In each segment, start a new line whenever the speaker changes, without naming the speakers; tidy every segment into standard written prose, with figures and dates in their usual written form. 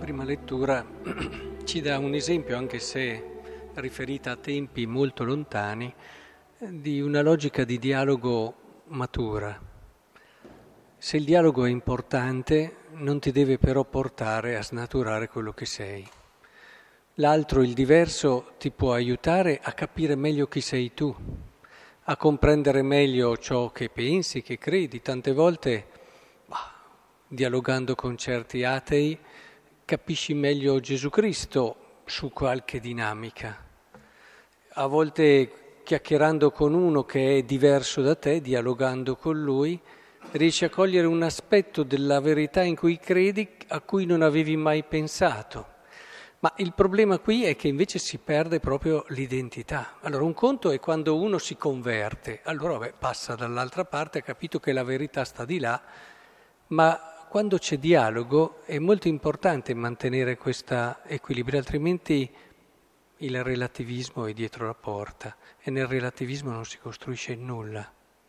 prima lettura ci dà un esempio, anche se riferita a tempi molto lontani, di una logica di dialogo matura. Se il dialogo è importante, non ti deve però portare a snaturare quello che sei. L'altro, il diverso, ti può aiutare a capire meglio chi sei tu, a comprendere meglio ciò che pensi, che credi. Tante volte, dialogando con certi atei, capisci meglio Gesù Cristo su qualche dinamica. A volte chiacchierando con uno che è diverso da te, dialogando con lui, riesci a cogliere un aspetto della verità in cui credi a cui non avevi mai pensato. Ma il problema qui è che invece si perde proprio l'identità. Allora, un conto è quando uno si converte, allora passa dall'altra parte, ha capito che la verità sta di là, ma quando c'è dialogo è molto importante mantenere questo equilibrio, altrimenti il relativismo è dietro la porta e nel relativismo non si costruisce nulla.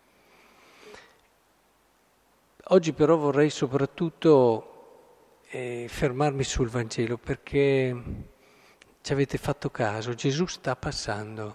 Oggi però vorrei soprattutto fermarmi sul Vangelo, perché ci avete fatto caso, Gesù sta passando.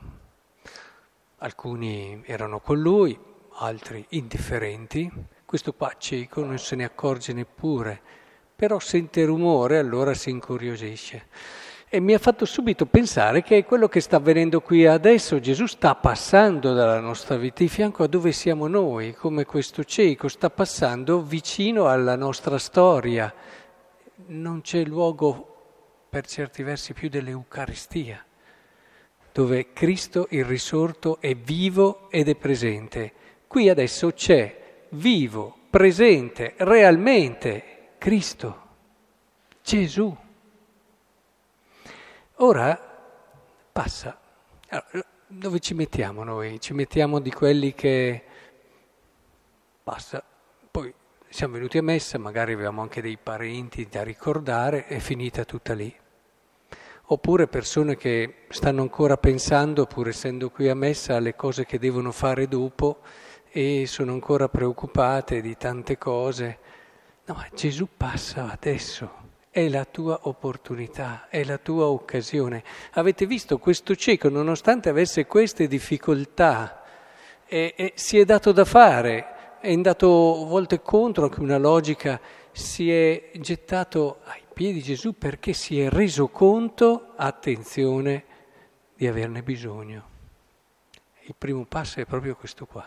Alcuni erano con lui, altri indifferenti. Questo qua cieco non se ne accorge neppure, però sente rumore, allora si incuriosisce. E mi ha fatto subito pensare che è quello che sta avvenendo qui adesso. Gesù sta passando dalla nostra vita di fianco a dove siamo noi, come questo cieco sta passando vicino alla nostra storia. Non c'è luogo, per certi versi, più dell'Eucaristia, dove Cristo il risorto è vivo ed è presente. Qui adesso c'è vivo, presente, realmente Cristo, Gesù. Ora passa. Allora, dove ci mettiamo noi? Ci mettiamo di quelli che passa. Poi siamo venuti a messa, magari avevamo anche dei parenti da ricordare, è finita tutta lì. Oppure persone che stanno ancora pensando, pur essendo qui a messa, alle cose che devono fare dopo e sono ancora preoccupate di tante cose. No, ma Gesù passa adesso. È la tua opportunità, è la tua occasione. Avete visto questo cieco, nonostante avesse queste difficoltà, si è dato da fare, è andato volte contro anche una logica, si è gettato ai piedi di Gesù perché si è reso conto, attenzione, di averne bisogno. Il primo passo è proprio questo qua.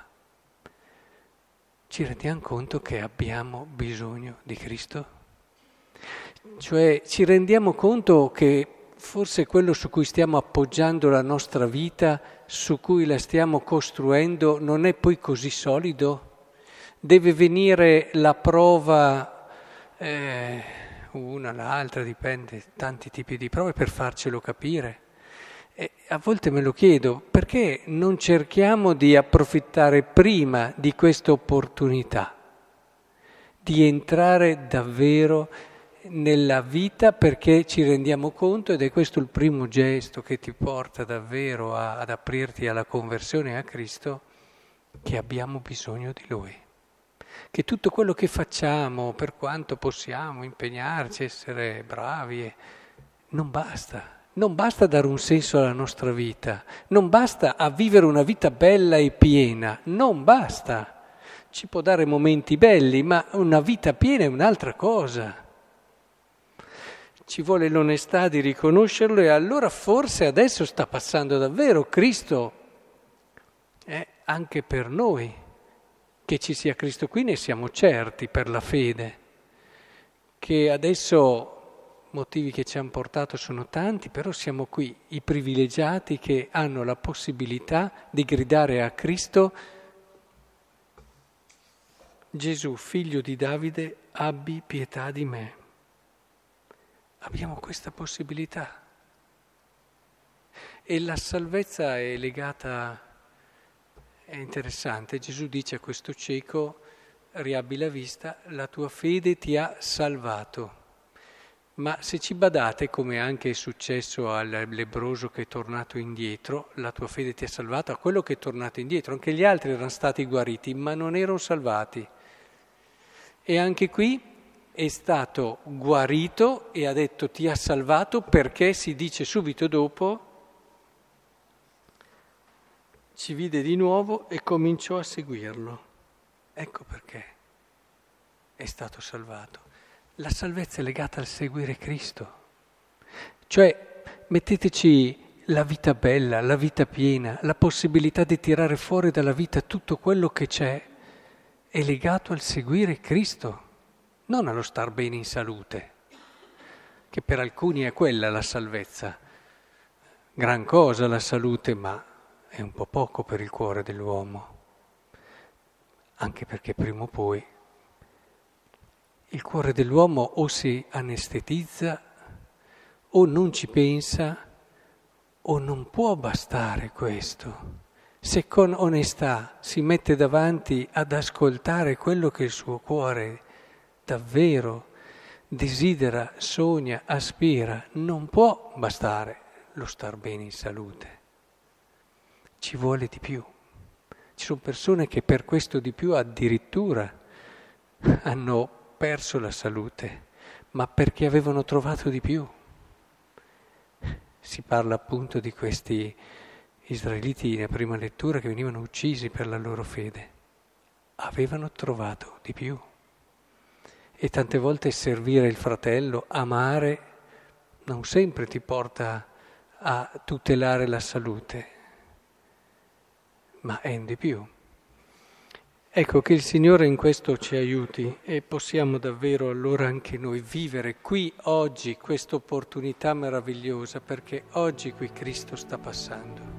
Ci rendiamo conto che abbiamo bisogno di Cristo? Cioè ci rendiamo conto che forse quello su cui stiamo appoggiando la nostra vita, su cui la stiamo costruendo, non è poi così solido? Deve venire la prova, una, l'altra, dipende, tanti tipi di prove per farcelo capire. E a volte me lo chiedo, perché non cerchiamo di approfittare prima di questa opportunità, di entrare davvero nella vita, perché ci rendiamo conto, ed è questo il primo gesto che ti porta davvero ad aprirti alla conversione a Cristo, che abbiamo bisogno di Lui. Che tutto quello che facciamo, per quanto possiamo impegnarci, essere bravi, non basta. Non basta dare un senso alla nostra vita, non basta a vivere una vita bella e piena, non basta. Ci può dare momenti belli, ma una vita piena è un'altra cosa. Ci vuole l'onestà di riconoscerlo e allora forse adesso sta passando davvero Cristo. Anche per noi, che ci sia Cristo qui ne siamo certi per la fede, che adesso motivi che ci hanno portato sono tanti, però siamo qui, i privilegiati che hanno la possibilità di gridare a Cristo: Gesù, figlio di Davide, abbi pietà di me. Abbiamo questa possibilità. E la salvezza è legata, è interessante, Gesù dice a questo cieco: riabbi la vista, la tua fede ti ha salvato. Ma se ci badate, come anche è successo al lebbroso che è tornato indietro, la tua fede ti ha salvato, a quello che è tornato indietro, anche gli altri erano stati guariti, ma non erano salvati. E anche qui è stato guarito e ha detto ti ha salvato perché si dice subito dopo ci vide di nuovo e cominciò a seguirlo. Ecco perché è stato salvato. La salvezza è legata al seguire Cristo. Cioè, metteteci la vita bella, la vita piena, la possibilità di tirare fuori dalla vita tutto quello che c'è, è legato al seguire Cristo, non allo star bene in salute, che per alcuni è quella la salvezza. Gran cosa la salute, ma è un po' poco per il cuore dell'uomo, anche perché prima o poi il cuore dell'uomo o si anestetizza o non ci pensa o non può bastare questo. Se con onestà si mette davanti ad ascoltare quello che il suo cuore davvero desidera, sogna, aspira, non può bastare lo star bene in salute. Ci vuole di più. Ci sono persone che per questo di più addirittura hanno perso la salute, ma perché avevano trovato di più. Si parla appunto di questi israeliti nella prima lettura che venivano uccisi per la loro fede. Avevano trovato di più. E tante volte servire il fratello, amare, non sempre ti porta a tutelare la salute, ma è in di più. Ecco, che il Signore in questo ci aiuti e possiamo davvero allora anche noi vivere qui oggi questa opportunità meravigliosa, perché oggi qui Cristo sta passando.